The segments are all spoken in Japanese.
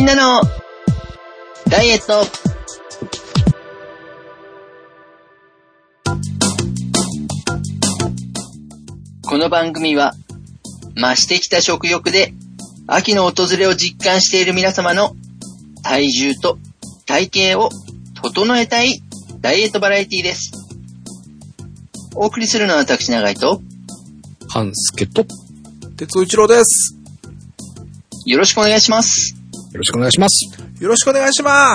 みんなのダイエット。この番組は増してきた食欲で秋の訪れを実感している皆様の体重と体型を整えたいダイエットバラエティです。お送りするのは私永井と半助と哲夫一郎です。 よろしくお願いします。 よろしくお願いします。 よろしくお願いします。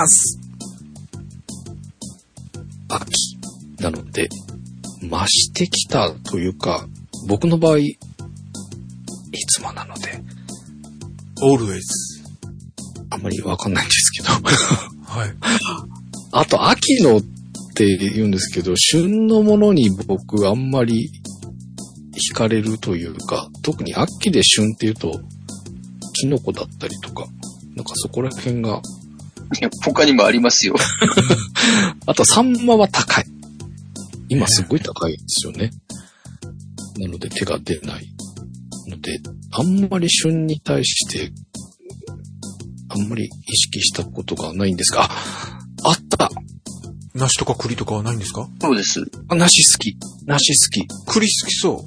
秋なので増してきたというか、僕の場合いつもなので always あんまりわかんないんですけどはい。 あと秋のって言うんですけど、旬のものに僕あんまり惹かれるというか、特に秋で旬っていうとキノコだったりとか、なんかそこら辺が。 いや、他にもありますよあとサンマは高い。今すごい高いですよね。なので手が出ないので、あんまり旬に対してあんまり意識したことがないんですが、あった。 梨とか栗とかはないんですか？ そうです。 梨好き。梨好き。 栗好きそう。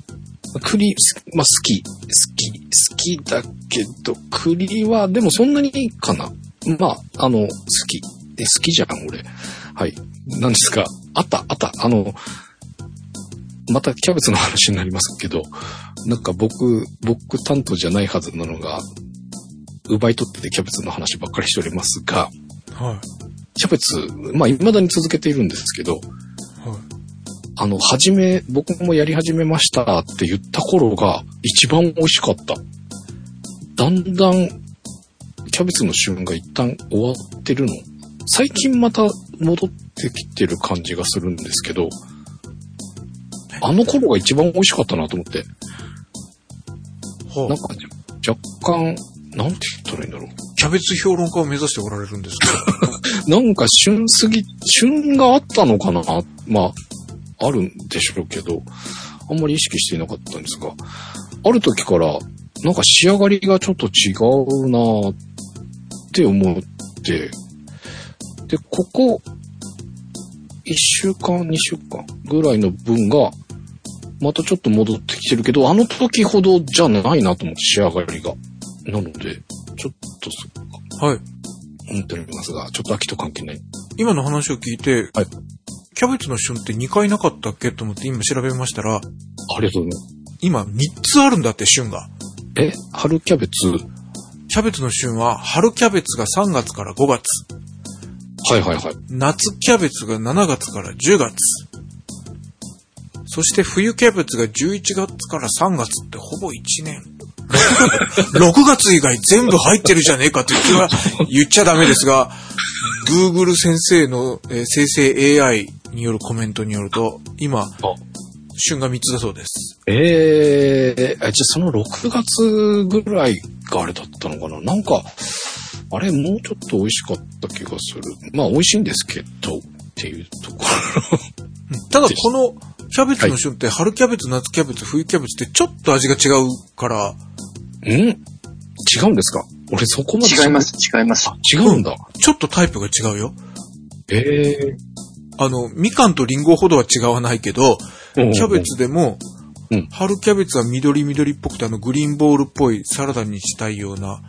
栗、まあ、好きだけど、栗はでもそんなにいいかな。まあ、好き。好きじゃん、俺。はい。なんですか。あった。またキャベツの話になりますけど、なんか僕担当じゃないはずなのが、奪い取っててキャベツの話ばっかりしておりますが、 はい。 キャベツ、まあ未だに続けているんですけど、はい。僕もやり始めましたって言った頃が一番美味しかった。だんだんキャベツの旬が一旦終わってるの。最近また戻ってきてる感じがするんですけど、あの頃が一番美味しかったなと思って。はあ、なんか若干、なんて言ったらいいんだろう。 キャベツ評論家を目指しておられるんですかなんか旬があったのかな。まあ、あるんでしょうけど、あんまり意識していなかったんですが、ある時からなんか仕上がりがちょっと違うなって思って、で、ここ1週間、2週間ぐらいの分がまたちょっと戻ってきてるけど、あの時ほどじゃないなと思って、仕上がりが。なので、ちょっとはい。 思っておりますが、ちょっと秋と関係ない。 今の話を聞いて、 はい。 キャベツの旬って2回なかったっけと思って今調べましたら、 ありがとうございます。 今3つあるんだって、旬が。 春キャベツ。 キャベツの旬は、春キャベツが3月から5月。 はい。 夏キャベツが7月から10月。そして冬キャベツが11月から3月ってほぼ1年。6月以外全部入ってるじゃねえかって言っちゃダメですが、Google 先生の生成 AI によるコメントによると、今、旬が3つだそうです。 じゃあその6月ぐらいがあれだったのかな。なんか、あれもうちょっと美味しかった気がする。まあ美味しいんですけどっていうところ。 ただこのキャベツの旬って春キャベツ、夏キャベツ、冬キャベツってちょっと味が違うから。 違うんですか？俺そこまで。 違います。 違うんだ。 ちょっとタイプが違うよ。みかんとリンゴほどは違わないけど、キャベツでも、春キャベツは緑っぽくてグリーンボールっぽいサラダにしたいような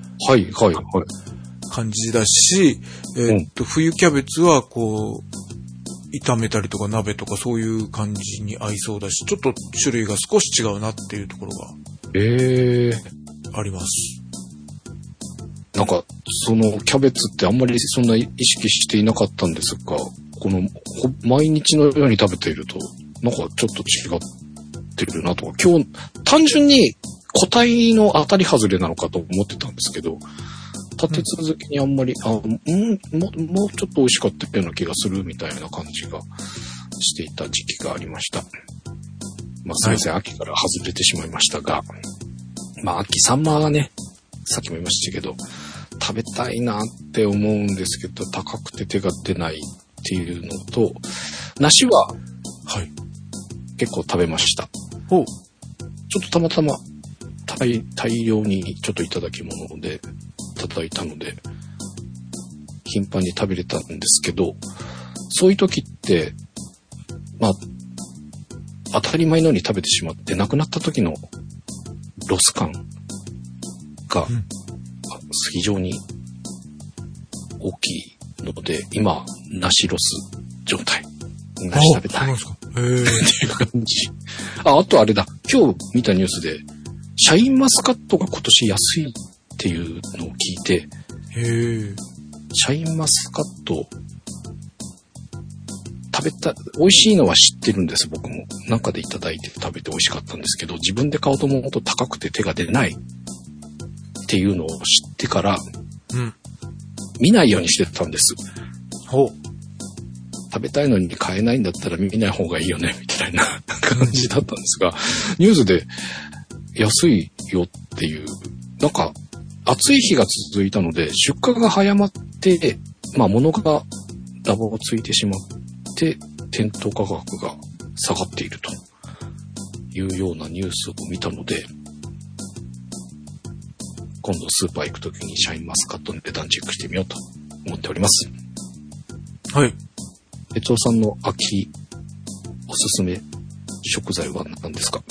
感じだし、冬キャベツはこう炒めたりとか鍋とかそういう感じに合いそうだし、ちょっと種類が少し違うなっていうところがあります。 なんかそのキャベツってあんまりそんな意識していなかったんですが、この毎日のように食べているとなんかちょっと違ってるなとか、今日単純に個体の当たり外れなのかと思ってたんですけど、立て続けにあんまりもうちょっと美味しかったような気がするみたいな感じがしていた時期がありました。まあすいません、秋から外れてしまいましたが、まあ秋サンマがね、さっきも言いましたけど食べたいなって思うんですけど、高くて手が出ないっていうのと、梨は結構食べました。ちょっとたまたま大量にちょっといただき物でいただいたので、 頻繁に食べれたんですけど、そういう時って、まあ、当たり前のように食べてしまって、亡くなった時のロス感が非常に大きいので、今、梨ロス状態。梨食べたい。っていう感じ。あとあれだ。今日見たニュースで、シャインマスカットが今年安いっていうのを聞いて、シャインマスカット美味しいのは知ってるんです、僕も。なんかでいただいて食べて美味しかったんですけど、自分で買おうと思うと高くて手が出ないっていうのを知ってから、見ないようにしてたんです。食べたいのに買えないんだったら見ない方がいいよね、みたいな感じだったんですが、ニュースで安いよっていう、なんか暑い日が続いたので、出荷が早まって、まあ物がダボついてしまって、店頭価格が下がっているというようなニュースを見たので、今度スーパー行くときにシャインマスカットの値段チェックしてみようと思っております。はい。哲夫さんの秋おすすめ食材は何ですか？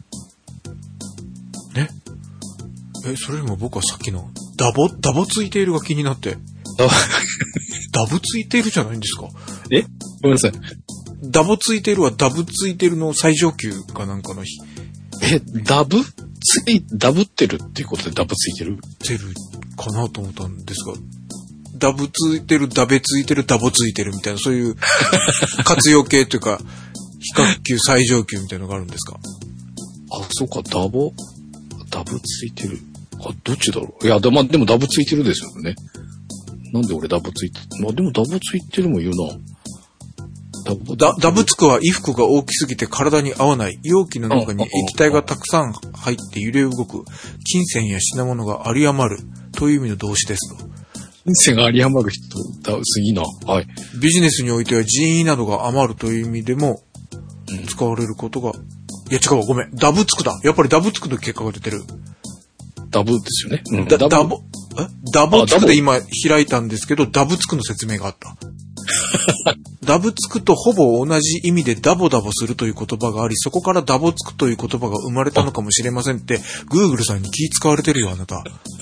ね？それよりも僕はさっきのダボついているが気になって。ダブついているじゃないんですか？ ごめんなさい。 ダボついているはダブついているの最上級かなんかの日。 ダブってるっていうことでダブついてるかなと思ったんですが、ダブついてる、ダベついてる、ダボついてるみたいな、そういう活用形というか、比較級、最上級みたいなのがあるんですか？ そうか、ダブついてる。どっちだろう。いや、でもダブついてるですよね。なんで俺ダブついてる？でもダブついてるも言うな。 ダブつくは衣服が大きすぎて体に合わない。容器の中に液体がたくさん入って揺れ動く。金銭や品物が有り余る。という意味の動詞ですと。 金銭が有り余る人だ、いいな。はい。 ビジネスにおいては人員などが余るという意味でも使われることが、いや違うわ、ごめん。ダブつくだ。やっぱりダブつくの結果が出てる。 ダブですよね。 ダボつくで今開いたんですけど、ダブつくの説明があった。ダブつくとほぼ同じ意味でダボダボするという言葉があり、そこからダボつくという言葉が生まれたのかもしれませんって、Google さんに気使われてるよ、あなた。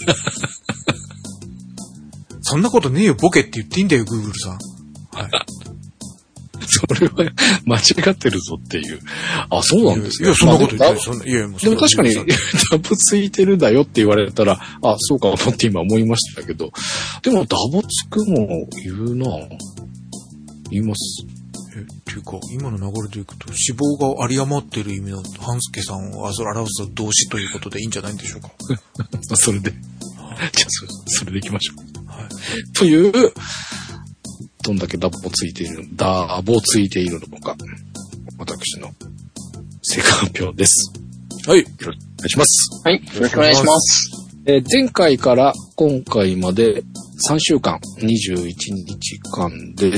そんなことねえよ、ボケって言っていいんだよ、Google さん。はい。 それは間違ってるぞっていう。そうなんですか。 いや、そんなこと言ってない。 でも確かに、ダボついてるだよって言われたら、そうかとって今思いましたけど、でもダボつくも言うな。言います。 っていうか、今の流れでいくと、脂肪が有り余っている意味の半助さんを表す動詞ということでいいんじゃないんでしょうか。 それで。じゃあ、それでいきましょう。はい。という、どんだけダボついているのか、私の正解発表です。はい。よろしくお願いします。 はい。よろしくお願いします。 前回から今回まで3週間、21日間です。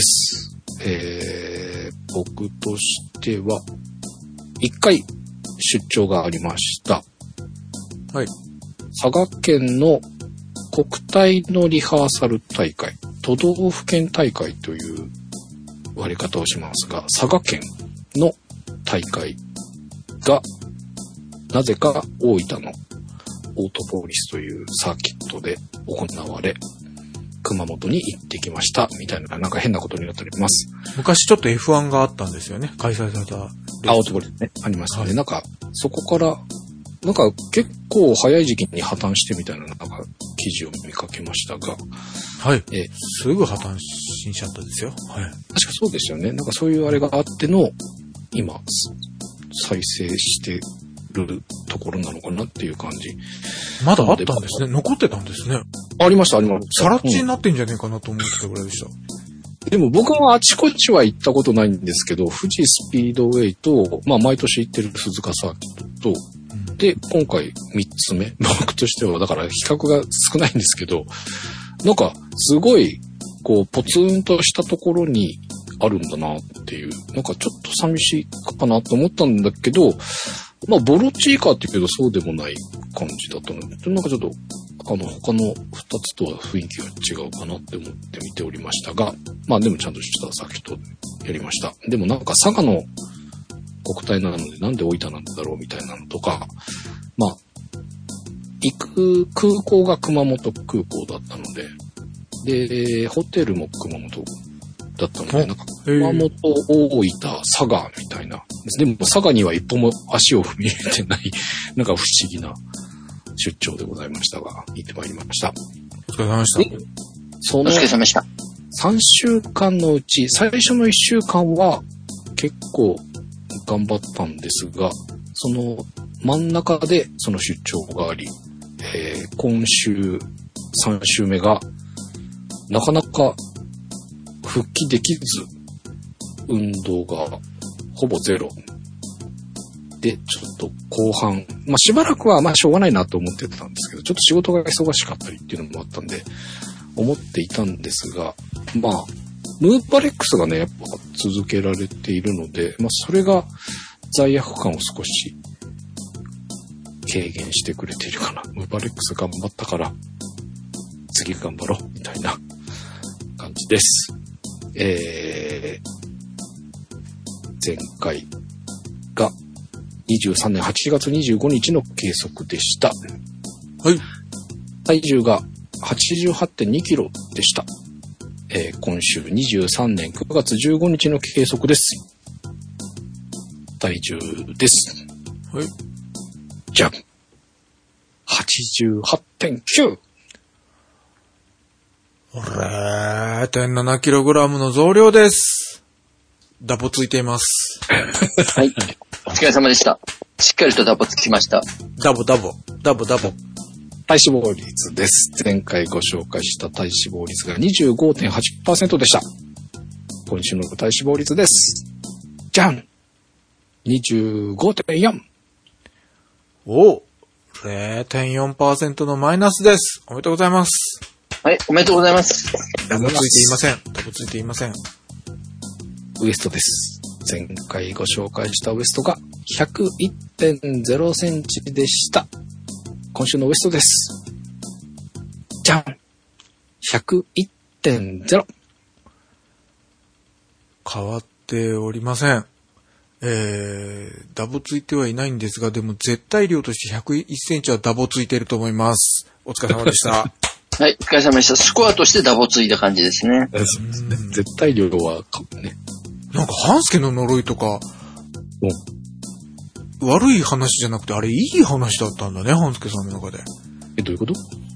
僕としては、1回出張がありました。はい。佐賀県の国体のリハーサル大会、都道府県大会という割り方をしますが、佐賀県の大会が、なぜか大分のオートポリスというサーキットで行われ、熊本に行ってきましたみたいな、なんか変なことになっております。 昔ちょっと F1 があったんですよね。開催された。 オートポリスね。ありましたね。はい、なんか、そこから、なんか結構早い時期に破綻してみたいな、なんか記事を見かけましたが。はい。 すぐ破綻しちゃったですよ。はい。 確かそうですよね。なんかそういうあれがあっての、今、再生してるところなのかなっていう感じ。 まだあったんですね。残ってたんですね。 ありました、ありました。 さらっちになってんじゃねえかなと思ってたぐらいでした。 でも僕もあちこちは行ったことないんですけど、富士スピードウェイと、まあ毎年行ってる鈴鹿サーキットと、で、今回3つ目。僕としては、だから比較が少ないんですけど、なんかすごい、こう、ポツンとしたところにあるんだなっていう、なんかちょっと寂しいかなと思ったんだけど、まあボロチーカーって言うけどそうでもない感じだったので、なんかちょっと他の2つとは雰囲気が違うかなって思って見ておりましたが、まあでもちゃんとしたさっきとやりました。でもなんか佐賀の国体なのでなんで大分なんだろうみたいなのとか、まあ、行く空港が熊本空港だったので、で、ホテルも熊本だったので、なんか熊本、大分、佐賀みたいな。でも佐賀には一歩も足を踏み入れてない、なんか不思議な出張でございましたが、行ってまいりました。 お疲れ様でした。 お疲れ様でした。 3週間のうち、最初の1週間は結構頑張ったんですが、その真ん中でその出張があり、今週3週目がなかなか復帰できず、運動がほぼゼロで、ちょっと後半、まあしばらくはまあしょうがないなと思ってたんですけど、ちょっと仕事が忙しかったりっていうのもあったんで、思っていたんですが、まあ、ムーバレックスがね、やっぱ続けられているので、まあそれが罪悪感を少し軽減してくれているかな。ムーバレックス頑張ったから、次頑張ろう、みたいな感じです。前回が23年8月25日の計測でした。 はい。 体重が 88.2 キロでした。今週23年9月15日の計測です。体重です。 はい。 じゃん。88.9! 0.7 キログラムの増量です。ダボついています。 はい。お疲れ様でした。しっかりとダボつきました。 ダボ。 体脂肪率です。前回ご紹介した体脂肪率が 25.8% でした。今週の体脂肪率です。じゃん !25.4! お 0.4% のマイナスです。おめでとうございます。 はい、おめでとうございます。 ダボついていません。ダボついていません。 ウエストです。前回ご紹介したウエストが 101.0 センチでした。今週のウエストです。じゃん !101.0! 変わっておりません。ダボついてはいないんですが、でも絶対量として101センチはダボついていると思います。お疲れ様でした。 はい、お疲れ様でした。スコアとしてダボついた感じですね。 そうですね。絶対量はね。なんか、半助の呪いとか、悪い話じゃなくて、あれいい話だったんだね、半助さんの中で。 どういうこと？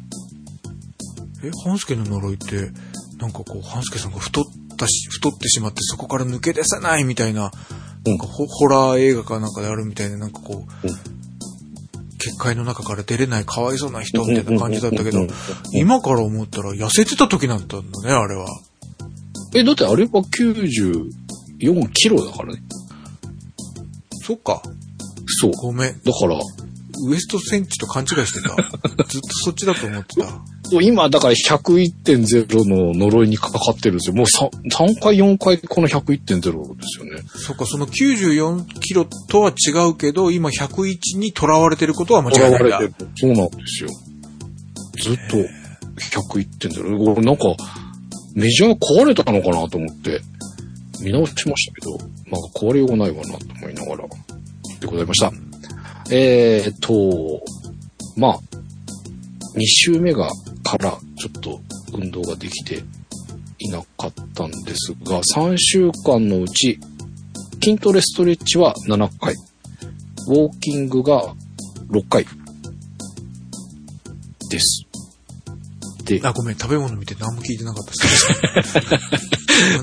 半助の呪いって、なんかこう、半助さんが太ってしまってそこから抜け出せないみたいな、なんかホラー映画かなんかであるみたいで、なんかこう、結界の中から出れないかわいそうな人みたいな感じだったけど、今から思ったら痩せてた時だったんだね、あれは。 だってあれは94キロだからね。 そっか。 そう。 ごめん。 だから、 ウエストセンチと勘違いしてた。ずっとそっちだと思ってた。 今、だから 101.0 の呪いにかかってるんですよ。もう 3回4回この 101.0 ですよね。 そっか、その94キロとは違うけど、今101に囚われてることは間違いないんだ。 そうなんですよ。ずっと 101.0。俺なんか、メジャー壊れたのかなと思って、見直しましたけど、まあ壊れようがないわなと思いながら、でございました。まあ、2週目からちょっと運動ができていなかったんですが、3週間のうち筋トレストレッチは7回、ウォーキングが6回です。で、 ごめん、食べ物見て何も聞いてなかったです。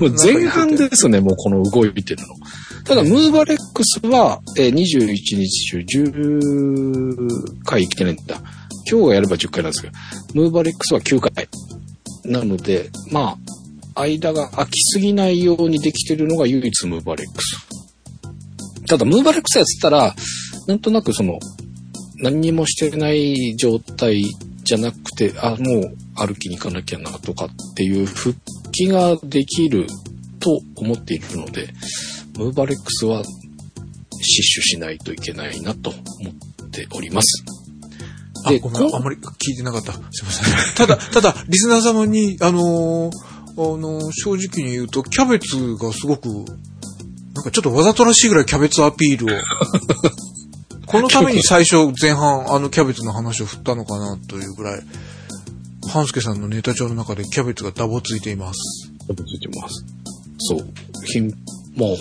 もう前半ですね、もうこの動いてるの。ただ、ムーバレックスは21日中10回生きてないんだ。今日がやれば10回なんですけど、ムーバレックスは9回。なので、まあ、間が空きすぎないようにできてるのが唯一ムーバレックス。ただ、ムーバレックスやってたら、なんとなく何にもしてない状態じゃなくて、もう歩きに行かなきゃなとかっていう復帰ができると思っているので、ムーバレックスは死守しないといけないなと思っております。 で、ごめん、あんまり聞いてなかった。すいません。ただ、リスナー様に、正直に言うと、キャベツがすごく、なんかちょっとわざとらしいぐらいキャベツアピールを。このために最初前半キャベツの話を振ったのかなというぐらい、半助さんのネタ帳の中でキャベツがダボついています。 ダボついてます。そう。まあ、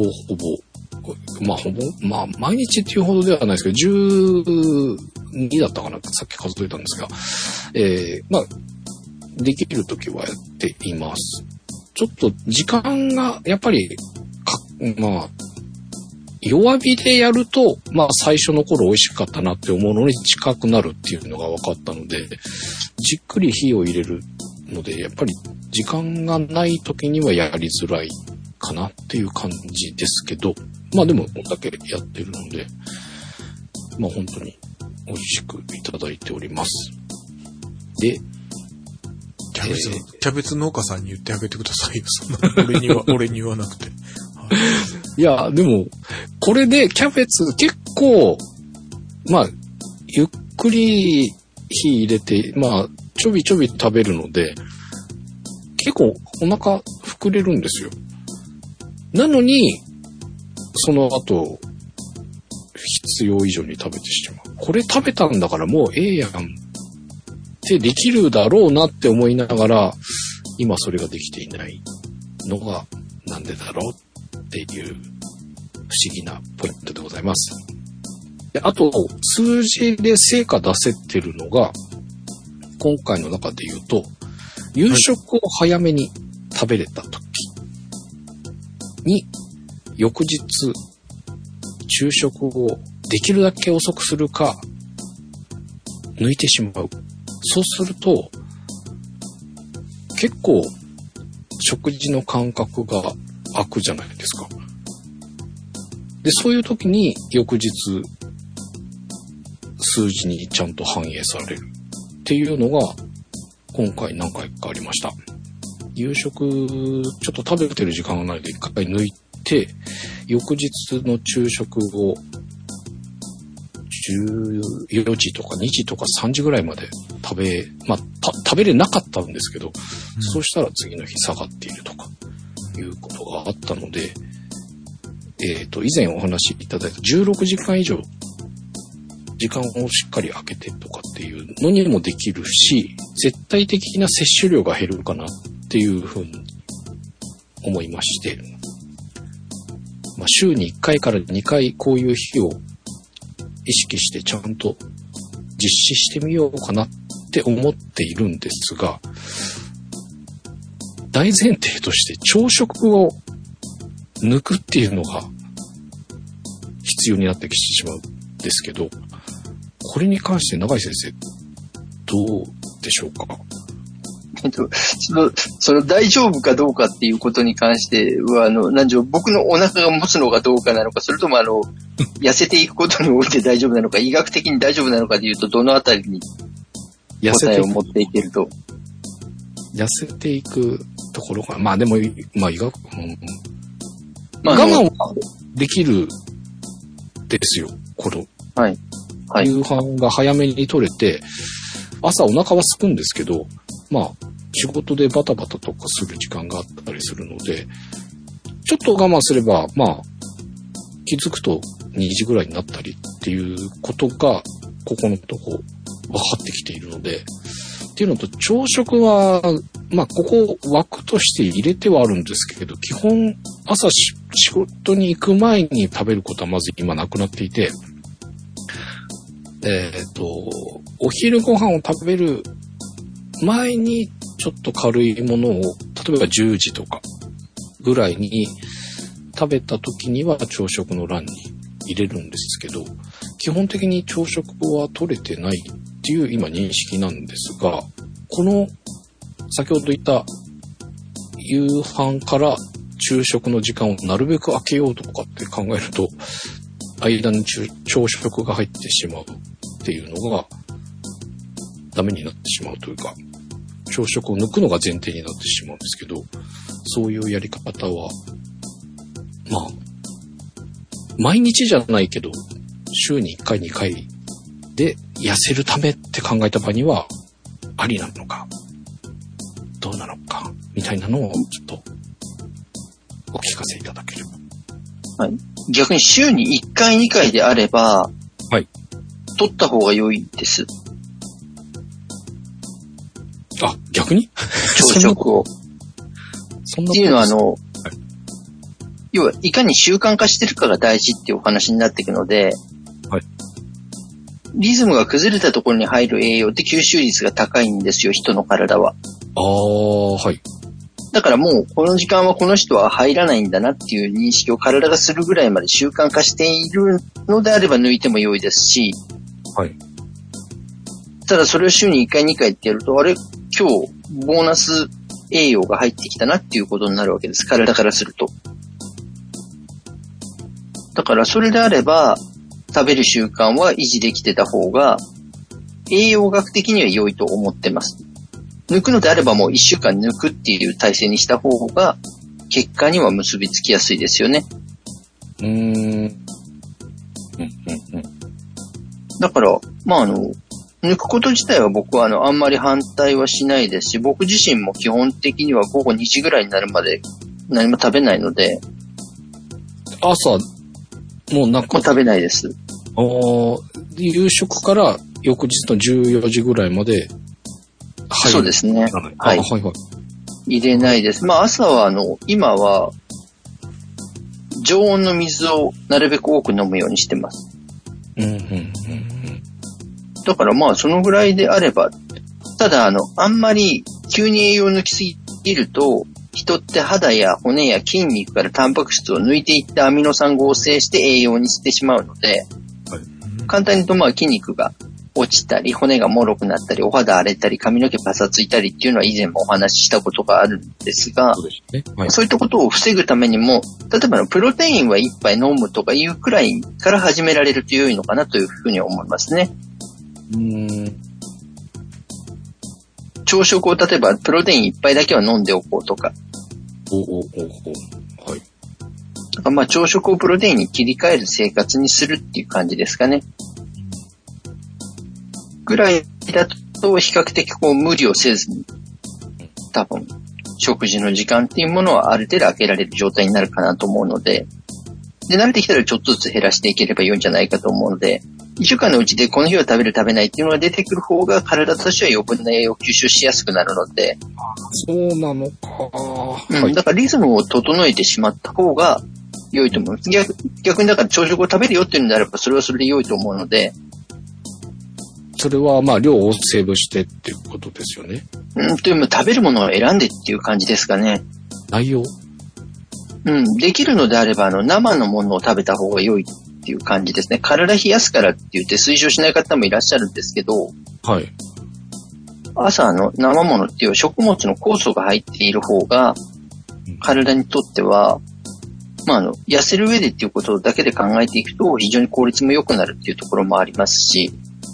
ほぼ、毎日っていうほどではないですけど、12だったかなってさっき数えたんですが、まあ、できるときはやっています。ちょっと時間が、やっぱり、まあ、弱火でやると、まあ最初の頃美味しかったなって思うのに近くなるっていうのが分かったので、じっくり火を入れるので、やっぱり時間がない時にはやりづらいかなっていう感じですけど、まあでもこんだけやってるので、まあ本当に美味しくいただいております。で、 キャベツ農家さんに言ってあげてくださいよ。そんな俺に言わなくて。 いや、でも、これでキャベツ結構、まあ、ゆっくり火入れて、まあ、ちょびちょび食べるので、結構お腹膨れるんですよ。なのに、その後、必要以上に食べてしまう。これ食べたんだからもうええやんってできるだろうなって思いながら、今それができていないのがなんでだろうっていう不思議なポイントでございます。で、あと、数字で成果出せてるのが、今回の中で言うと、夕食を早めに食べれた時に、翌日、昼食をできるだけ遅くするか、抜いてしまう。そうすると、結構、食事の感覚が空くじゃないですか。で、そういう時に翌日数字にちゃんと反映されるっていうのが今回何回かありました。夕食ちょっと食べてる時間がないで一回抜いて、翌日の昼食を14時とか2時とか3時ぐらいまで食べれなかったんですけど、そうしたら次の日下がっているとかいうことがあったので、以前お話しいただいた16時間以上時間をしっかり空けてとかっていうのにもできるし、絶対的な摂取量が減るかなっていうふうに思いまして、まあ、週に1回から2回こういう日を意識してちゃんと実施してみようかなって思っているんですが、大前提として朝食を抜くっていうのが必要になってきてしまうんですけど、これに関して永井先生どうでしょうか？ その大丈夫かどうかっていうことに関しては、僕のお腹が持つのかどうかなのか、それとも痩せていくことにおいて大丈夫なのか、医学的に大丈夫なのかでいうと、どのあたりに答えを持っていけると。 痩せていくところが、まあでも、まあ医学、 まあ、 我慢はできるですよ、この。 はい。はい。 夕飯が早めに取れて、朝お腹は空くんですけど、まあ、仕事でバタバタとかする時間があったりするので、ちょっと我慢すれば、まあ、気づくと2時ぐらいになったりっていうことが、ここのとこ分かってきているので、っていうのと、朝食は、まあ、ここ枠として入れてはあるんですけど、基本、朝仕事に行く前に食べることはまず今なくなっていて、お昼ご飯を食べる前にちょっと軽いものを、例えば10時とかぐらいに食べた時には朝食の欄に入れるんですけど、基本的に朝食は取れてないっていう今認識なんですが、この先ほど言った夕飯から昼食の時間をなるべく空けようとかって考えると、間に朝食が入ってしまうっていうのがダメになってしまうというか、朝食を抜くのが前提になってしまうんですけど、そういうやり方は、まあ、毎日じゃないけど、週に1回2回で、痩せるためって考えた場合には、ありなのか、どうなのか、みたいなのをちょっと、お聞かせいただければ。 はい。逆に週に1回2回であれば、 はい。 取った方が良いです。 あ、逆に朝食を。 そんなっていうのははい、 要は、いかに習慣化してるかが大事っていうお話になっていくので、 はい。 リズムが崩れたところに入る栄養って吸収率が高いんですよ、人の体は。 はい。 だからもう、この時間はこの人は入らないんだなっていう認識を体がするぐらいまで習慣化しているのであれば抜いても良いですし、 はい。 ただそれを週に1回2回ってやると、あれ、今日、ボーナス栄養が入ってきたなっていうことになるわけです。体からすると。だからそれであれば、食べる習慣は維持できてた方が、栄養学的には良いと思ってます。抜くのであればもう1週間抜くっていう体制にした方が、結果には結びつきやすいですよね。だから、抜くこと自体は僕はあんまり反対はしないですし、僕自身も基本的には午後2時ぐらいになるまで何も食べないので。 朝、もうなんか。 もう食べないです。 夕食から翌日の14時ぐらいまで。 はい。そうですね。はい。 はいはい。 入れないです。朝は今は、常温の水をなるべく多く飲むようにしてます。だからそのぐらいであれば、ただあんまり急に栄養を抜きすぎると、人って肌や骨や筋肉からタンパク質を抜いていってアミノ酸合成して栄養にしてしまうので、はい、簡単に言うと筋肉が落ちたり、骨が脆くなったり、お肌荒れたり、髪の毛パサついたりっていうのは以前もお話ししたことがあるんですが、そうですね。はい、そういったことを防ぐためにも、例えばプロテインは一杯飲むとかいうくらいから始められると良いのかなというふうに思いますね。朝食を例えばプロテイン一杯だけは飲んでおこうとか。はい。だから朝食をプロテインに切り替える生活にするっていう感じですかね。ぐらいだと比較的無理をせずに、多分食事の時間っていうものはある程度空けられる状態になるかなと思うので、で慣れてきたらちょっとずつ減らしていければ良いんじゃないかと思うので、1週間のうちでこの日は食べる食べないっていうのが出てくる方が体としては余分な栄養を吸収しやすくなるので。 そうなのか。 だからリズムを整えてしまった方が良いと思います。逆にだから朝食を食べるよっていうのであればそれはそれで良いと思うので。 それは量をセーブしてっていうことですよね。 というのも食べるものを選んでっていう感じですかね。 内容？ できるのであれば生のものを食べた方が良いっていう感じですね。体冷やすからって言って推奨しない方もいらっしゃるんですけど、 はい。 朝生ものっていう食物の酵素が入っている方が、体にとっては、痩せる上でっていうことだけで考えていくと非常に効率も良くなるっていうところもありますし、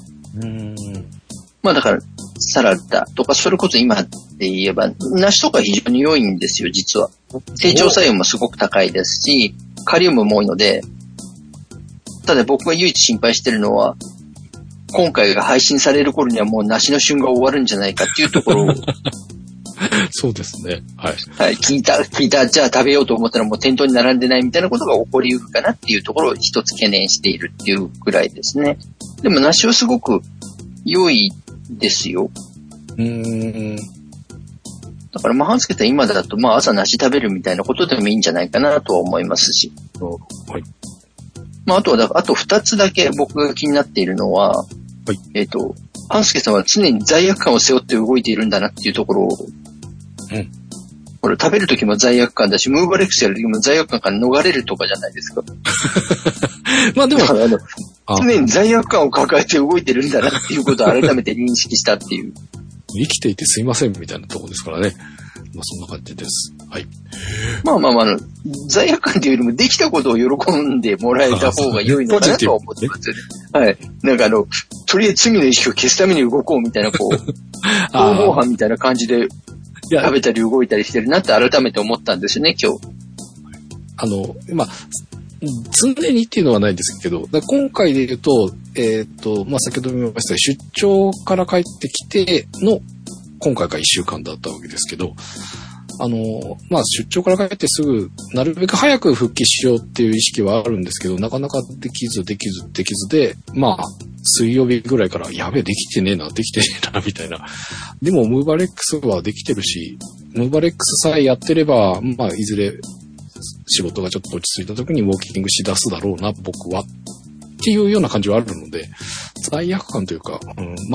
だから、サラダとか、それこそ今で言えば、梨とか非常に良いんですよ、実は。低腸作用もすごく高いですし、カリウムも多いので、ただ僕が唯一心配してるのは、今回が配信される頃にはもう梨の旬が終わるんじゃないかっていうところを。 そうですね。はい。 はい、聞いた、じゃあ食べようと思ったらもう店頭に並んでないみたいなことが起こりうるかなっていうところを一つ懸念しているっていうぐらいですね。でも梨はすごく良いですよ。だから半助さん今だと朝梨食べるみたいなことでもいいんじゃないかなとは思いますし。 はい。 あとはあと2つだけ僕が気になっているのは、はい、半助さんは常に罪悪感を背負って動いているんだなっていうところを、これ食べるときも罪悪感だし、ムーバレックスやるときも罪悪感から逃れるとかじゃないですか。でも、常に罪悪感を抱えて動いてるんだなっていうことを改めて認識したっていう。 生きていてすいませんみたいなところですからね。そんな感じです。はい。 罪悪感というよりもできたことを喜んでもらえた方が良いのかなとは思ってますよね。はい。とりあえず罪の意識を消すために動こうみたいな、逃亡犯みたいな感じで食べたり動いたりしてるなって改めて思ったんですよね、今日。 常にっていうのはないんですけど、今回で言うと、先ほども言いました出張から帰ってきての、今回が1週間だったわけですけど、出張から帰ってすぐ、なるべく早く復帰しようっていう意識はあるんですけど、なかなかできずで、水曜日ぐらいから、やべえ、できてねえな、みたいな。でも、ムーバレックスはできてるし、ムーバレックスさえやってれば、いずれ、仕事がちょっと落ち着いた時にウォーキングしだすだろうな、僕は。っていうような感じはあるので、罪悪感というか、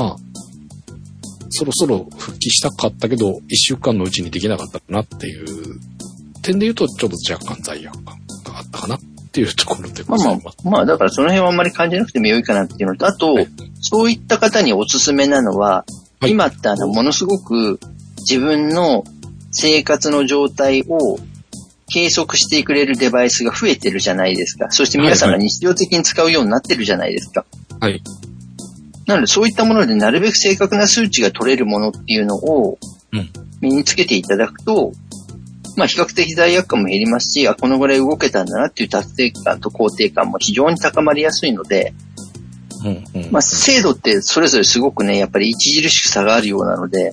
そろそろ復帰したかったけど、1週間のうちにできなかったなっていう点で言うと、ちょっと若干罪悪感があったかなっていうところでございます。 だからその辺はあんまり感じなくても良いかなっていうのと、あと、そういった方におすすめなのは、今ってものすごく自分の生活の状態を計測してくれるデバイスが増えてるじゃないですか。そして皆さんが日常的に使うようになってるじゃないですか。 はい。 なのでそういったものでなるべく正確な数値が取れるものっていうのを身につけていただくと、比較的罪悪感も減りますし、このぐらい動けたんだなっていう達成感と肯定感も非常に高まりやすいので、精度ってそれぞれすごくね、やっぱり著しく差があるようなので、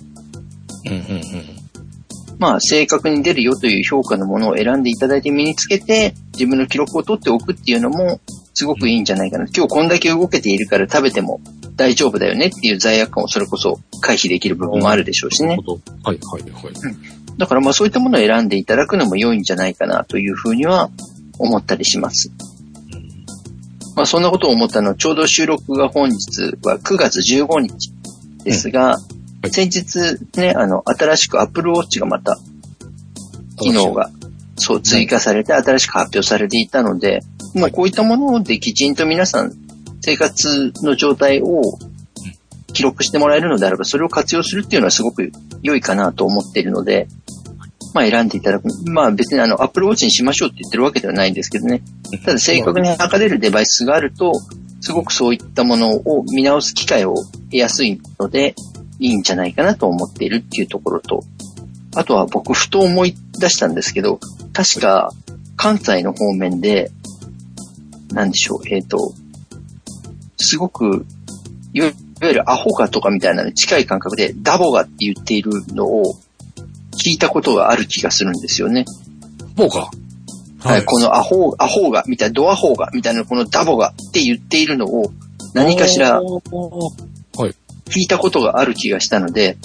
正確に出るよという評価のものを選んでいただいて身につけて、自分の記録を取っておくっていうのもすごくいいんじゃないかな。今日こんだけ動けているから食べても大丈夫だよねっていう罪悪感をそれこそ回避できる部分もあるでしょうしね。だからそういったものを選んでいただくのも良いんじゃないかなというふうには思ったりします。そんなことを思ったのは、ちょうど収録が本日は9月15日ですが、先日ね、新しく Apple Watch がまた機能が追加されて新しく発表されていたので、もうこういったものできちんと皆さん生活の状態を記録してもらえるのであれば、それを活用するっていうのはすごく良いかなと思っているので、選んでいただく。別にApple Watch にしましょうって言ってるわけではないんですけどね。ただ正確に測れるデバイスがあると、すごくそういったものを見直す機会を得やすいので、いいんじゃないかなと思っているっていうところと、あとは僕ふと思い出したんですけど、確か関西の方面で、なんでしょう、すごく、いわゆるアホガとかみたいなのに近い感覚でダボガって言っているのを聞いたことがある気がするんですよね。 ダボガ？ はい。このアホガみたいな、ドアホガみたいなこのダボガって言っているのを何かしら聞いたことがある気がしたので、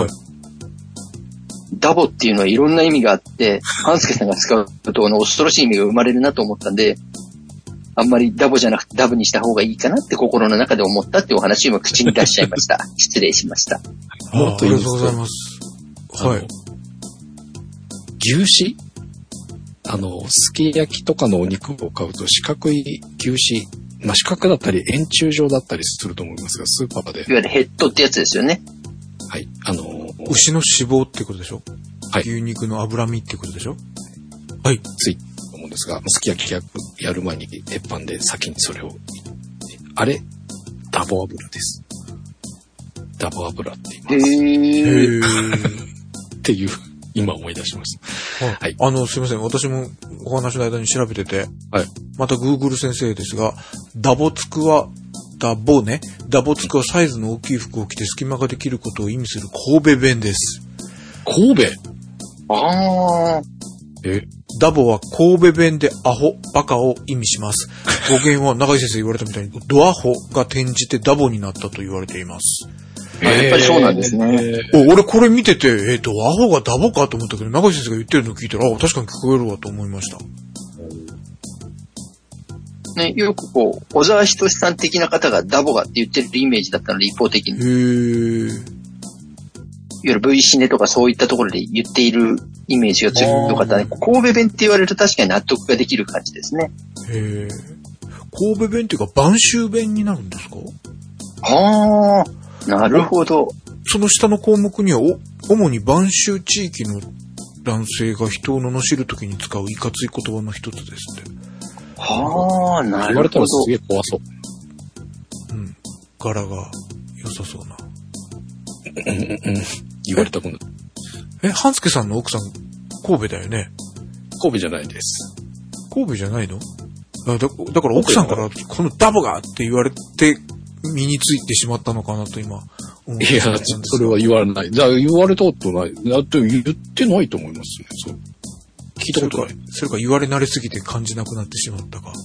ダボっていうのはいろんな意味があって、半助さんが使うと恐ろしい意味が生まれるなと思ったんで、あんまりダボじゃなくてダブにした方がいいかなって心の中で思ったっていうお話を今口に出しちゃいました。失礼しました。 ありがとうございます。 牛脂？すき焼きとかのお肉を買うと四角い牛脂、四角だったり円柱状だったりすると思いますが、スーパーで。 いわゆるヘッドってやつですよね。 はい。 牛の脂肪ってことでしょ？ はい。 牛肉の脂身ってことでしょ？ はい。ついと思うんですが、すき焼きやる前に鉄板で先にそれを、ダボ油です。ダボ油って言います。っていう、今思い出しました。 はい。すいません。私もお話の間に調べてて、また Google 先生ですが、ダボつくはサイズの大きい服を着て隙間ができることを意味する神戸弁です。 神戸？ ダボは神戸弁でアホ、バカを意味します。語源は中井先生言われたみたいに、ドアホが転じてダボになったと言われています。 やっぱりそうなんですね。 俺これ見てて、アホがダボかと思ったけど、中井先生が言ってるのを聞いたら、確かに聞こえるわと思いました。 ね、よく小沢仁志さん的な方がダボガって言ってるイメージだったので、一方的に。いわゆる V シネとかそういったところで言っているイメージが強かったね。神戸弁って言われると確かに納得ができる感じですね。 神戸弁っていうか、播州弁になるんですか？ なるほど。 その下の項目には、主に播州地域の男性が人を罵るときに使ういかつい言葉の一つですって。 なるほど。 言われたらすげえ怖そう。 柄が良さそうな。 言われたくない。 半助さんの奥さん、神戸だよね？ 神戸じゃないです。 神戸じゃないの？ だから奥さんからこのダボがって言われて身についてしまったのかなと今思ってしまったんです。 いや、それは言われない。だから言われたことない。だって言ってないと思いますね。そう聞いたことない。 それか言われ慣れすぎて感じなくなってしまったか。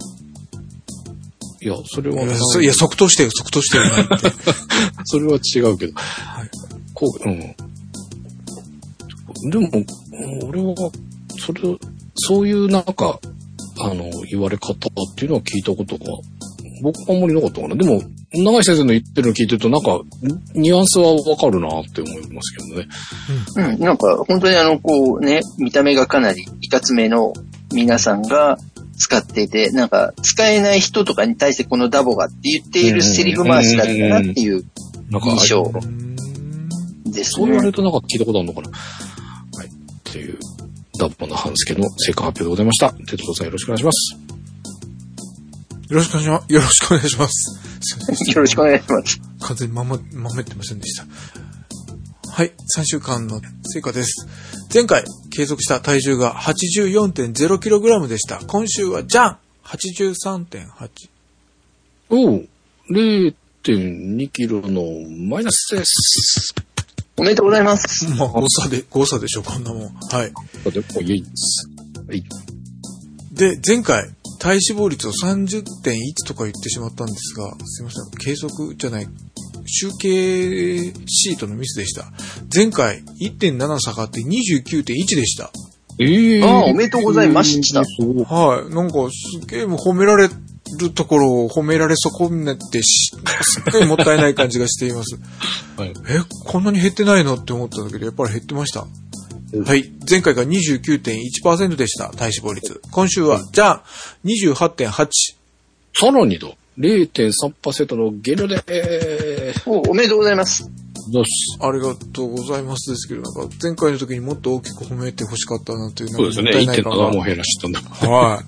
いや、それは。 いや、即答してよないって。 それは違うけど。 はい。 でも、俺は、そういうなんか、言われ方っていうのは聞いたことが、僕はあんまりなかったかな。でも、長井先生の言ってるの聞いてると、なんか、ニュアンスはわかるなって思いますけどね。 うん。なんか、本当に見た目がかなりいかつめの皆さんが使っていて、なんか、使えない人とかに対してこのダボがって言っているセリフ回しだったなっていう印象ですね。 そう言われるとなんか聞いたことあるのかな。はい。っていう、ダボの半助の成果発表でございました。テトロさんよろしくお願いします。 よろしくお願いします。よろしくお願いします。 よろしくお願いします。 完全にまめってませんでした。はい、3週間の成果です。前回計測した体重が 84.0kg でした。今週はじゃん !83.8。 おう、0.2kg のマイナスです。 おめでとうございます。 まあ、誤差でしょ、こんなもん。はい。 でも、イエイです。はい。 で、前回、体脂肪率を 30.1 とか言ってしまったんですが、すいません、計測じゃない、集計シートのミスでした。前回 1.7 下がって 29.1 でした。 おめでとうございました。 はい。なんかすげえもう褒められるところを褒められ損ねてすっごいもったいない感じがしています。はい、こんなに減ってないのって思ったんだけど、やっぱり減ってました。はい。前回が 29.1% でした、体脂肪率。今週は、じゃあ、28.8。 さらにだ。0.3% の減量でーす。 おめでとうございます。 ありがとうございますですけど、なんか前回の時にもっと大きく褒めて欲しかったなという。 そうですね。1.7 も減らしたんだ。 はい。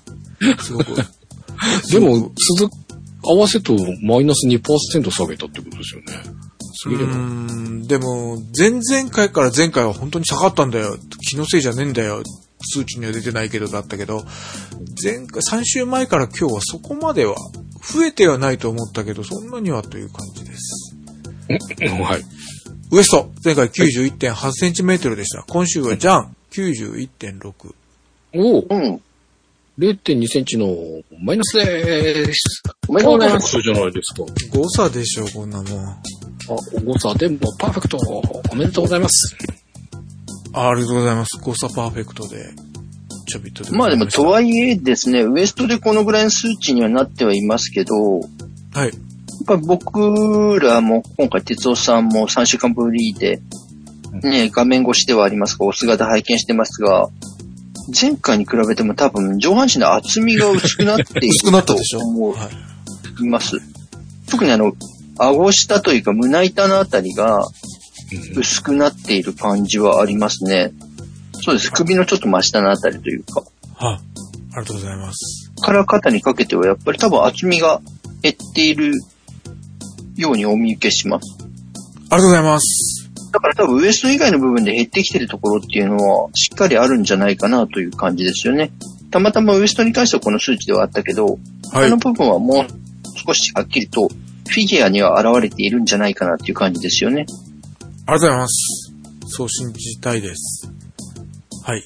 すごく。 でも、合わせとマイナス 2% 下げたってことですよね。 でも、前々回から前回は本当に下がったんだよ。気のせいじゃねえんだよ。数値には出てないけどだったけど、3週前から今日はそこまでは、増えてはないと思ったけど、そんなにはという感じです。 はい。 ウエスト、前回 91.8 センチメートルでした。今週はじゃん 91.6。 おお。0.2 センチのマイナスでーす。 おめでとうございます。 じゃないですか。 誤差でしょ、こんなもん。 誤差でもパーフェクト。おめでとうございます。 ありがとうございます。誤差パーフェクトで。ちょびっとで。 まあでも、とはいえですね、ウエストでこのぐらいの数値にはなってはいますけど、 はい。 やっぱ僕らも今回哲夫さんも3週間ぶりで、ね、画面越しではありますが、お姿拝見してますが、前回に比べても多分上半身の厚みが薄くなっている薄くなったでしょ。 思います。特に顎下というか胸板のあたりが薄くなっている感じはありますね。そうです。首のちょっと真下のあたりというか。 ありがとうございます。 から肩にかけてはやっぱり多分厚みが減っているようにお見受けします。 ありがとうございます。 だから多分ウエスト以外の部分で減ってきてるところっていうのはしっかりあるんじゃないかなという感じですよね。たまたまウエストに関してはこの数値ではあったけど、他の部分はもう少しはっきりとフィギュアには現れているんじゃないかなっていう感じですよね。 ありがとうございます。そう信じたいです。はい。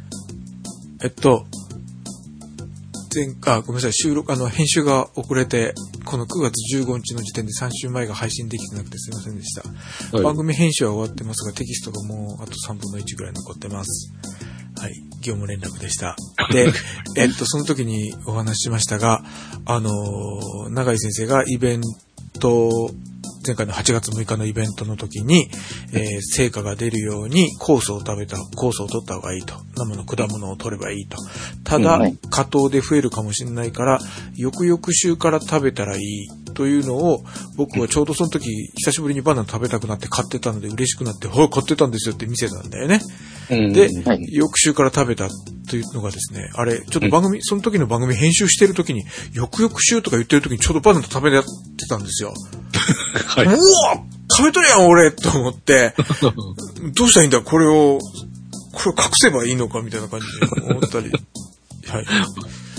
ごめんなさい、編集が遅れて、この9月15日の時点で3週前が配信できてなくてすいませんでした。はい、番組編集は終わってますが、テキストがもうあと3分の1ぐらい残ってます。はい、業務連絡でした。で、その時にお話ししましたが、永井先生がイベント、前回の8月6日のイベントの時に、成果が出るように酵素を取った方がいいと。生の果物を取ればいいと。ただ、果糖で増えるかもしれないから、翌々週から食べたらいいというのを、僕はちょうどその時、久しぶりにバナナ食べたくなって買ってたので嬉しくなって、買ってたんですよって見せたんだよね。で、翌週から食べたというのがですね、あれ、ちょっとその時の番組編集してる時に、翌々週とか言ってる時にちょうどバナナ食べてたんですよ。はい、うわ食べとるやん俺と思って、どうしたらいいんだこれを隠せばいいのかみたいな感じで思ったり。はい。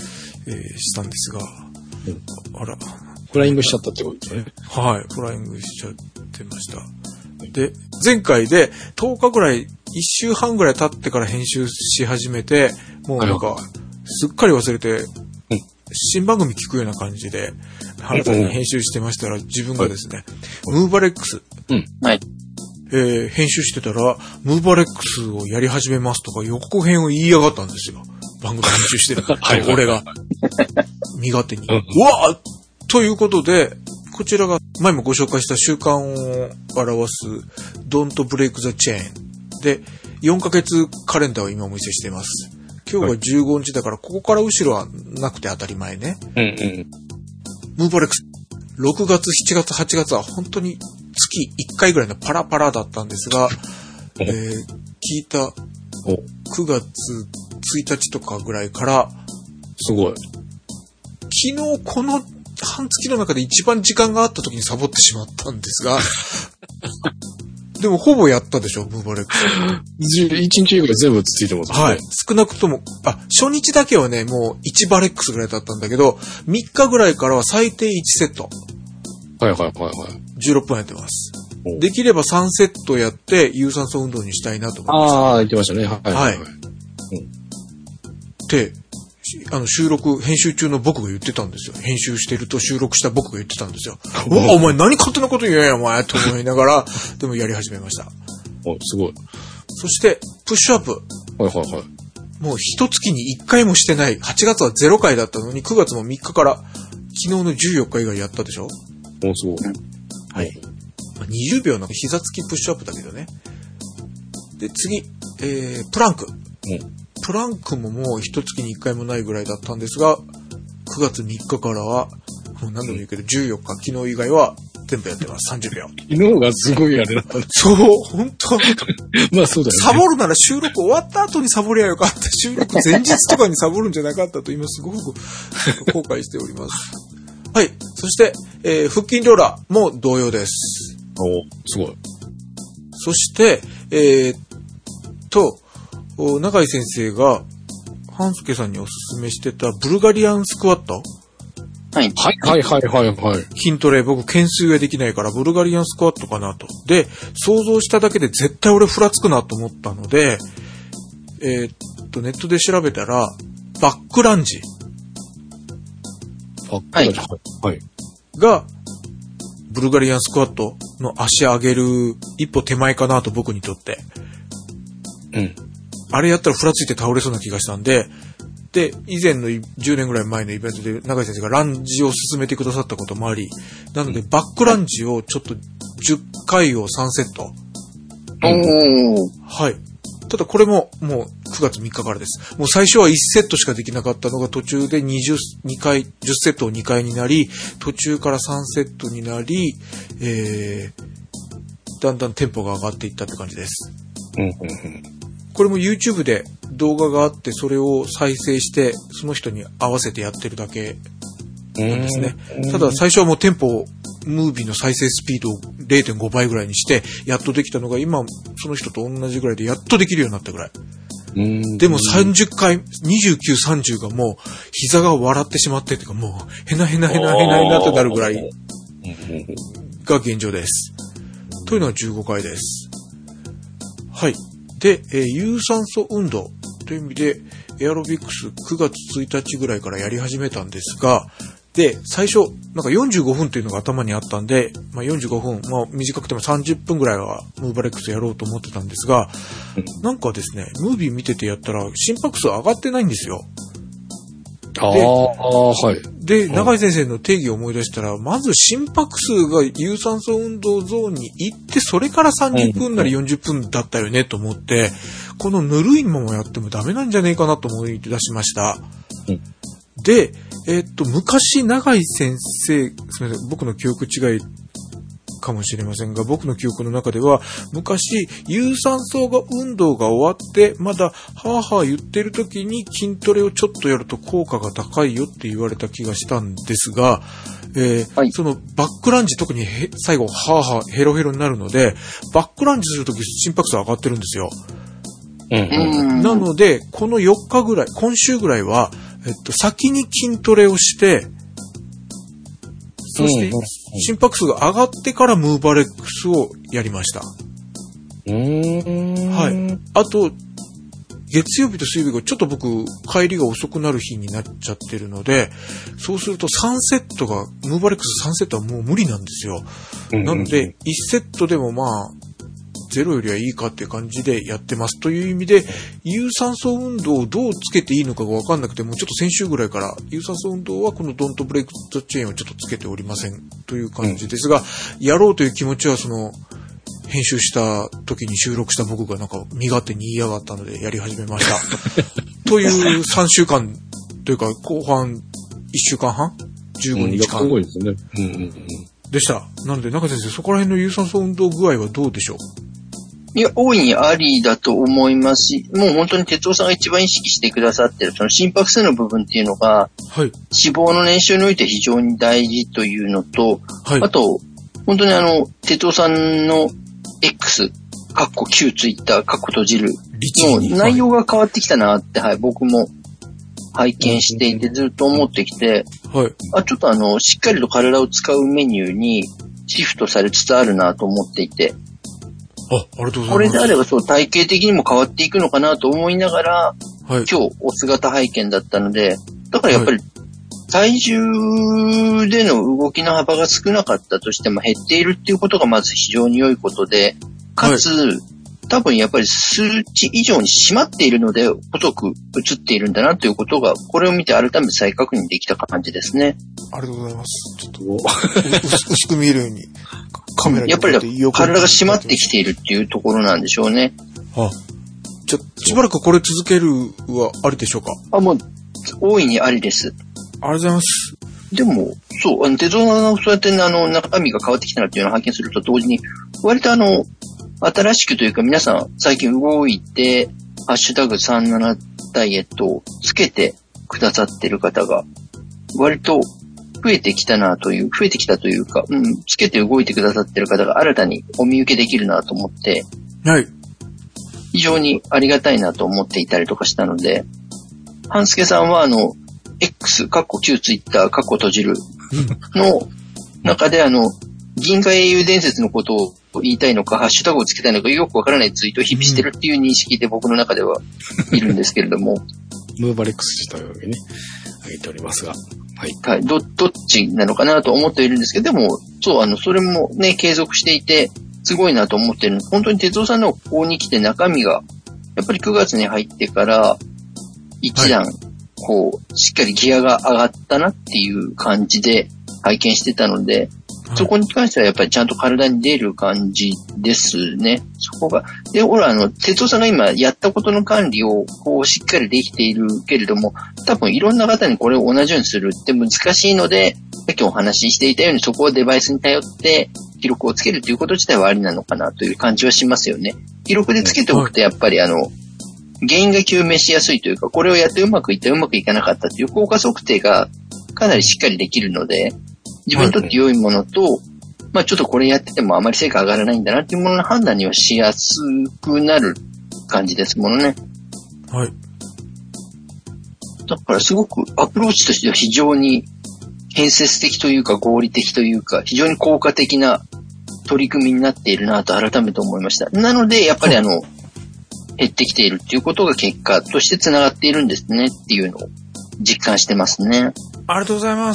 したんですが、あら。 フライングしちゃったってことですね。 はい、フライングしちゃってました。で、前回で10日ぐらい、1週半ぐらい経ってから編集し始めて、もうなんか、すっかり忘れて、新番組聞くような感じで、新たに編集してましたら、自分がですね、ムーバレックス、 はい。 編集してたら、ムーバレックスをやり始めますとか予告編を言いやがったんですよ。番組編集してる。俺が。身勝手に。うわっということで、こちらが前もご紹介した習慣を表す Don't Break the Chain で、4ヶ月カレンダーを今お見せしています。今日が15日だから、ここから後ろはなくて当たり前ね。ムーバレックス。6月、7月、8月は本当に月1回ぐらいのパラパラだったんですが、聞いた9月1日とかぐらいから、 すごい。 昨日この半月の中で一番時間があった時にサボってしまったんですが、でもほぼやったでしょ、ムーバレックス。 1日ぐらい全部ついてますね。 はい。少なくとも、初日だけはね、もう1バレックスぐらいだったんだけど、3日ぐらいからは最低1セット。 はい。 16分やってます。できれば3セットやって有酸素運動にしたいなと思いました。 言ってましたね。はい。 で、編集中の僕が言ってたんですよ。編集してると収録した僕が言ってたんですよ。お前何勝手なこと言うんや、お前と思いながら、でもやり始めました。 すごい。 そして、プッシュアップ。もう一月に1回もしてない。8月は0回だったのに、9月も3日から、昨日の14日以外やったでしょ？ すごい。 はい。20秒の膝つきプッシュアップだけどね。で、次、プランク。プランクももう一月に1回もないぐらいだったんですが、9月3日からは、もう何度も言うけど、14日、昨日以外は全部やってます。30秒。 昨日がすごいあれだった。 そう、本当まあそうだよね。 サボるなら収録終わった後にサボりゃよかった。収録前日とかにサボるんじゃなかったと今すごく後悔しております。はい。そして、腹筋ローラーも同様です。 すごい。 そして、永井先生が、半助さんにおすすめしてたブルガリアンスクワット。 はい。 筋トレ、僕、懸垂ができないから、ブルガリアンスクワットかなと。で、想像しただけで絶対俺ふらつくなと思ったので、ネットで調べたら、バックランジ。が、ブルガリアンスクワットの足上げる一歩手前かなと僕にとって。あれやったらふらついて倒れそうな気がしたんで、で、以前の10年ぐらい前のイベントで永井先生がランジを進めてくださったこともあり、なのでバックランジをちょっと10回を3セット。はい。ただこれももう9月3日からです。もう最初は1セットしかできなかったのが途中で2回、10セットを2回になり、途中から3セットになり、だんだんテンポが上がっていったって感じです。これも YouTube で動画があってそれを再生してその人に合わせてやってるだけなんですね。ただ最初はもうテンポをムービーの再生スピードを 0.5 倍ぐらいにしてやっとできたのが今その人と同じぐらいでやっとできるようになったぐらい。でも30回、29、30がもう膝が笑ってしまってっていうかもうヘナになってなるぐらいが現状です。というのは15回です。はい。で、有酸素運動という意味で、エアロビクス9月1日ぐらいからやり始めたんですが、で、最初、なんか45分っていうのが頭にあったんで、45分、短くても30分ぐらいはムーバレックスやろうと思ってたんですが、なんかですね、ムービー見ててやったら心拍数上がってないんですよ。で、永井先生の定義を思い出したら、まず心拍数が有酸素運動ゾーンに行って、それから30分なり40分だったよねと思って、このぬるいままやってもダメなんじゃねえかなと思い出しました。で、昔永井先生、すみません、僕の記憶違いかもしれませんが、僕の記憶の中では、昔、有酸素運動が終わって、まだ、はぁはぁ言ってる時に筋トレをちょっとやると効果が高いよって言われた気がしたんですが、そのバックランジ、特に最後、はぁはぁヘロヘロになるので、バックランジするとき心拍数上がってるんですよ。なので、この4日ぐらい、今週ぐらいは、 先に筋トレをして、そして心拍数が上がってからムーバレックスをやりました。はい。あと、月曜日と水曜日がちょっと僕、帰りが遅くなる日になっちゃってるので、そうすると3セットが、ムーバレックス3セットはもう無理なんですよ。なので、1セットでもまあ、ゼロよりはいいかっていう感じでやってますという意味で、有酸素運動をどうつけていいのかがわかんなくて、もうちょっと先週ぐらいから有酸素運動はこの Don't Break the Chain をちょっとつけておりませんという感じですが、やろうという気持ちは編集した時に収録した僕がなんか身勝手に言いやがったのでやり始めました。という3週間というか後半1週間半 ?15 日間。 すごいですね。 でした。なので中先生、そこら辺の有酸素運動具合はどうでしょう？ いや、大いにありだと思いますし、もう本当に哲夫さんが一番意識してくださってる、その心拍数の部分っていうのが、 はい、 脂肪の燃焼において非常に大事というのと、 はい、 あと、本当に哲夫さんの X、旧ツイッター、閉じるの内容が変わってきたなって、はい、僕も拝見していてずっと思ってきて、 はい、 ちょっとしっかりと体を使うメニューにシフトされつつあるなと思っていて、 ありがとうございます。 これであれば体型的にも変わっていくのかなと思いながら、 はい、 今日お姿拝見だったので、だからやっぱり体重での動きの幅が少なかったとしても減っているっていうことがまず非常に良いことで、かつ、はい、多分やっぱり数値以上に締まっているので細く映っているんだなということが、これを見て改めて再確認できた感じですね。 ありがとうございます。ちょっと薄く見えるようにカメラにやっぱり体が締まってきているっていうところなんでしょうね。 じゃしばらくこれ続けるはありでしょうか？ もう大いにありです。 ありがとうございます。 でも、手相がそうやって中身が変わってきたなっていうのを発見すると同時に、割と新しくというか皆さん最近動いて、ハッシュタグ37ダイエットをつけてくださってる方が、割と増えてきたというか、つけて動いてくださってる方が新たにお見受けできるなと思って、 はい。 非常にありがたいなと思っていたりとかしたので、半助さんはX、旧ツイッター、閉じるの中で銀河英雄伝説のことを言いたいのか、ハッシュタグをつけたいのか、よくわからないツイートを日々してるっていう認識で僕の中ではいるんですけれども。 ムーバレックス自体をね、上げておりますが。はい。 はい。どっちなのかなと思っているんですけど、でも、それもね、継続していて、すごいなと思ってる。本当に哲夫さんのここに来て中身が、やっぱり9月に入ってから、一段、しっかりギアが上がったなっていう感じで拝見してたので、そこに関してはやっぱりちゃんと体に出る感じですね。そこが。で、哲夫さんが今やったことの管理をしっかりできているけれども、多分いろんな方にこれを同じようにするって難しいので、さっきお話ししていたようにそこをデバイスに頼って記録をつけるということ自体はありなのかなという感じはしますよね。記録でつけておくとやっぱり原因が究明しやすいというか、これをやってうまくいったうまくいかなかったという効果測定がかなりしっかりできるので、自分にとって良いものと、ちょっとこれやっててもあまり成果上がらないんだなっていうものの判断にはしやすくなる感じですものね。 はい。 だからすごくアプローチとしては非常に建設的というか合理的というか、非常に効果的な取り組みになっているなと改めて思いました。なので、やっぱり減ってきているっていうことが結果として繋がっているんですねっていうのを実感してますね。 ありがとうございます。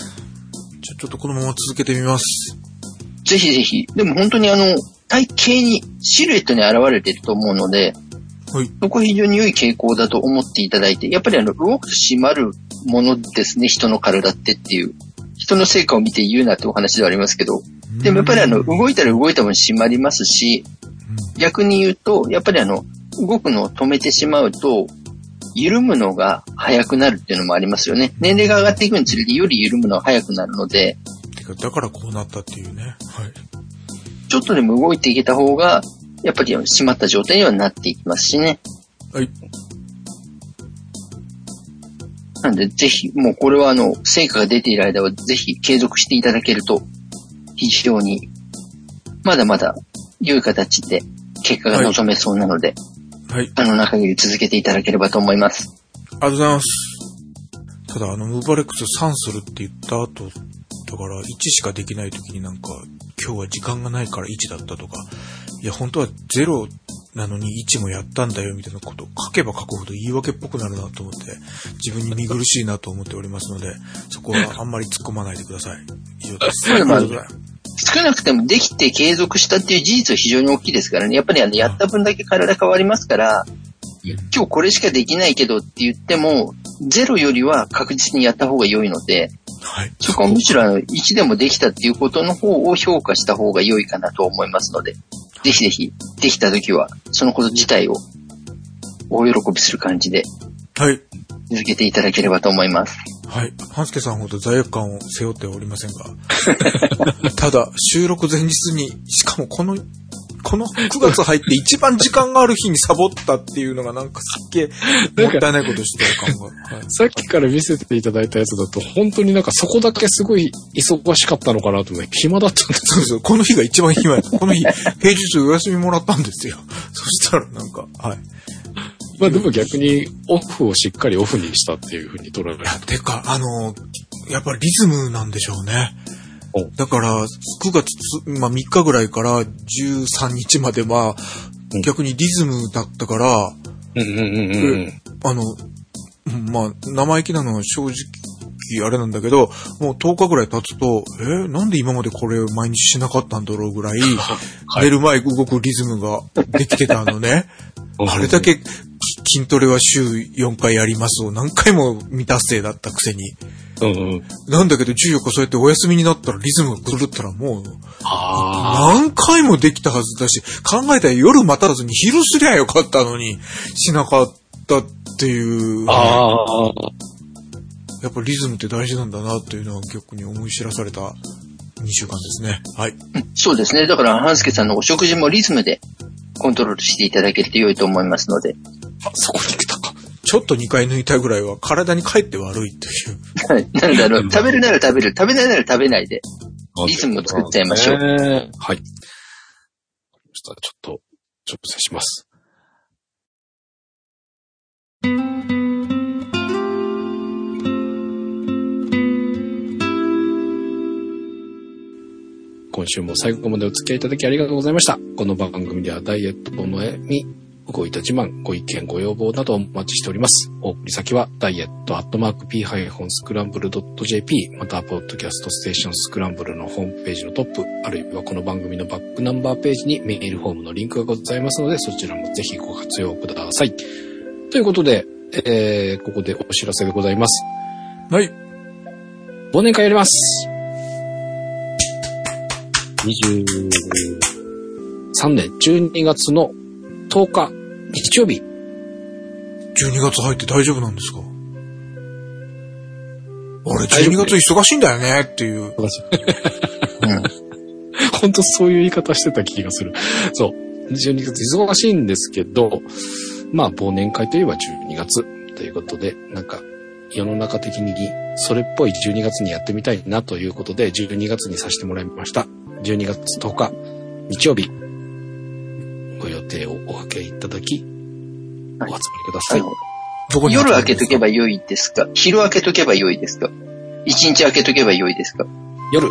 ちょっとこのまま続けてみます。 ぜひぜひ。でも本当に体型に、シルエットに現れていると思うので、 はい。 そこは非常に良い傾向だと思っていただいて、やっぱり動くと締まるものですね、人の体ってっていう。人の成果を見て言うなってお話ではありますけど、でもやっぱり動いたら動いた分締まりますし、逆に言うと、やっぱり動くのを止めてしまうと、緩むのが早くなるっていうのもありますよね。年齢が上がっていくにつれてより緩むのが早くなるので。 だからこうなったっていうね。はい。 ちょっとでも動いていけた方が、やっぱり締まった状態にはなっていきますしね。 はい。 なんでぜひ、もうこれは成果が出ている間はぜひ継続していただけると、非常に、まだまだ良い形で結果が望めそうなので、 はい。 中限り続けていただければと思います。 ありがとうございます。 ただムーバレックス3するって言った後、だから1しかできない時になんか、今日は時間がないから1だったとか、いや本当は0なのに1もやったんだよみたいなことを書けば書くほど言い訳っぽくなるなと思って、自分に見苦しいなと思っておりますので、そこはあんまり突っ込まないでください。以上です。 少なくてもできて継続したっていう事実は非常に大きいですからね。やっぱりやった分だけ体変わりますから、今日これしかできないけどって言っても、0よりは確実にやった方が良いので、はい、そこはむしろ1でもできたっていうことの方を評価した方が良いかなと思いますので、ぜひぜひできた時はそのこと自体を大喜びする感じで、はい。続けていただければと思います。 はい。半助さんほど罪悪感を背負っておりませんが、ただ収録前日に、しかもこの9月入って一番時間がある日にサボったっていうのがなんかすっげえもったいないことしてる感が、 はい。さっきから見せていただいたやつだと本当になんかそこだけすごい忙しかったのかなと思って暇だったんです。 そうそう。この日が一番暇や。この日平日お休みもらったんですよ。そしたらなんか、はい。 まあでも逆にオフをしっかりオフにしたっていう風に捉える。 てか、やっぱりリズムなんでしょうね。だから、9月、3日ぐらいから13日までは、逆にリズムだったから、生意気なのは正直あれなんだけど、もう10日ぐらい経つと、なんで今までこれを毎日しなかったんだろうぐらい、寝る前動くリズムができてたのね。あれだけ筋トレは週4回やりますを何回も未達成だったくせに。なんだけど14日そうやってお休みになったらリズムが狂ったらもう何回もできたはずだし、考えたら夜待たずに昼すりゃよかったのにしなかったっていう。やっぱリズムって大事なんだなっていうのは逆に思い知らされた2週間ですね。はい。 そうですね。だから半助さんのお食事もリズムでコントロールしていただけると良いと思いますので。 そこに来たか。ちょっと2回抜いたぐらいは体に帰って悪いっていう。 はい。なので食べるなら食べる、食べないなら食べないで、リズムを作っちゃいましょう。はい。 そしたらちょっと調整します。今週も最後までお付き合いいただきありがとうございました。この番組ではダイエットの悩み、動いた自慢、ご意見、ご要望などお待ちしております。お送り先はダイエット@p-scramble.jp またポッドキャストステーションスクランブルのホームページのトップ、あるいはこの番組のバックナンバーページにメールフォームのリンクがございますので、そちらもぜひご活用ください。ということで、ここでお知らせでございます。 はい。 忘年会やります。23年12月の10日日曜日。 12月入って大丈夫なんですか？俺12月忙しいんだよねっていう。 本当そういう言い方してた気がする。そう。12月忙しいんですけど、まあ忘年会といえば12月ということで、なんか世の中的にそれっぽい12月にやってみたいなということで12月にさせてもらいました。12月10日日曜日、ご予定をお分けいただき、お集まりください。 夜開けとけば良いですか？昼開けとけば良いですか？一日開けとけば良いですか？ 夜。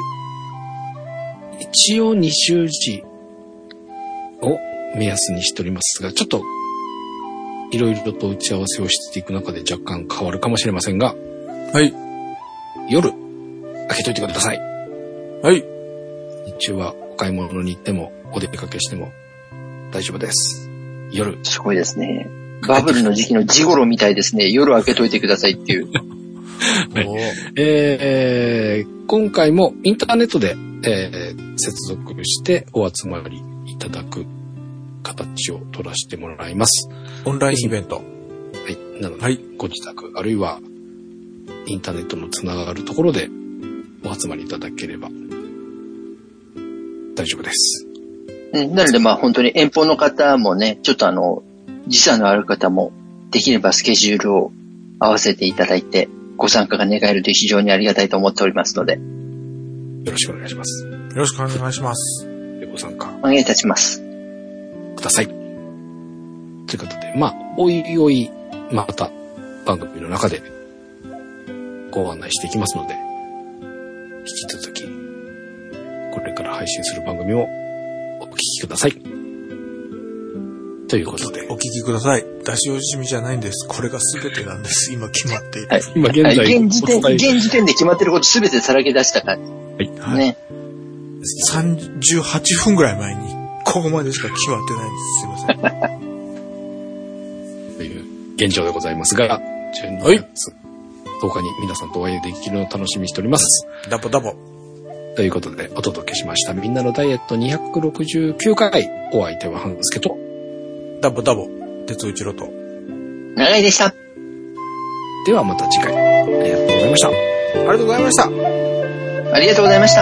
一応20時を目安にしておりますが、ちょっといろいろと打ち合わせをしていく中で若干変わるかもしれませんが、 はい。 夜開けといてください。 はい。 日中はお買い物に行ってもお出かけしても大丈夫です。夜。 すごいですね。バブルの時期のジゴロみたいですね。夜開けといてくださいっていう。 はい。今回もインターネットで、接続してお集まりいただく形を取らせてもらいます。 オンラインイベント。はい。なので、ご自宅あるいはインターネットのつながるところでお集まりいただければ大丈夫です。 なので本当に遠方の方もね、ちょっと時差のある方もできればスケジュールを合わせていただいてご参加が願えると非常にありがたいと思っておりますので、よろしくお願いします。 よろしくお願いします。 ご参加お願いいたしますください。ということで、おいおいまた番組の中でご案内していきますので、引き続き、これから配信する番組をお聞きください。ということで。 お聞きください。出し惜しみじゃないんです。これが全てなんです。今決まっている。 はい、 今現在、 現時点で決まってること全てさらけ出した感じ。 はい。 ね。 38分ぐらい前に、ここまでしか決まってないんです。すいません。 という現状でございますが、12月10日に皆さんとお会いできるのを楽しみにしております。 ダボダボ。 ということで、お届けしました。みんなのダイエット269回。お相手は半助と、 ダボダボ。鉄一郎と。 長井でした。 ではまた次回。ありがとうございました。 ありがとうございました。 ありがとうございました。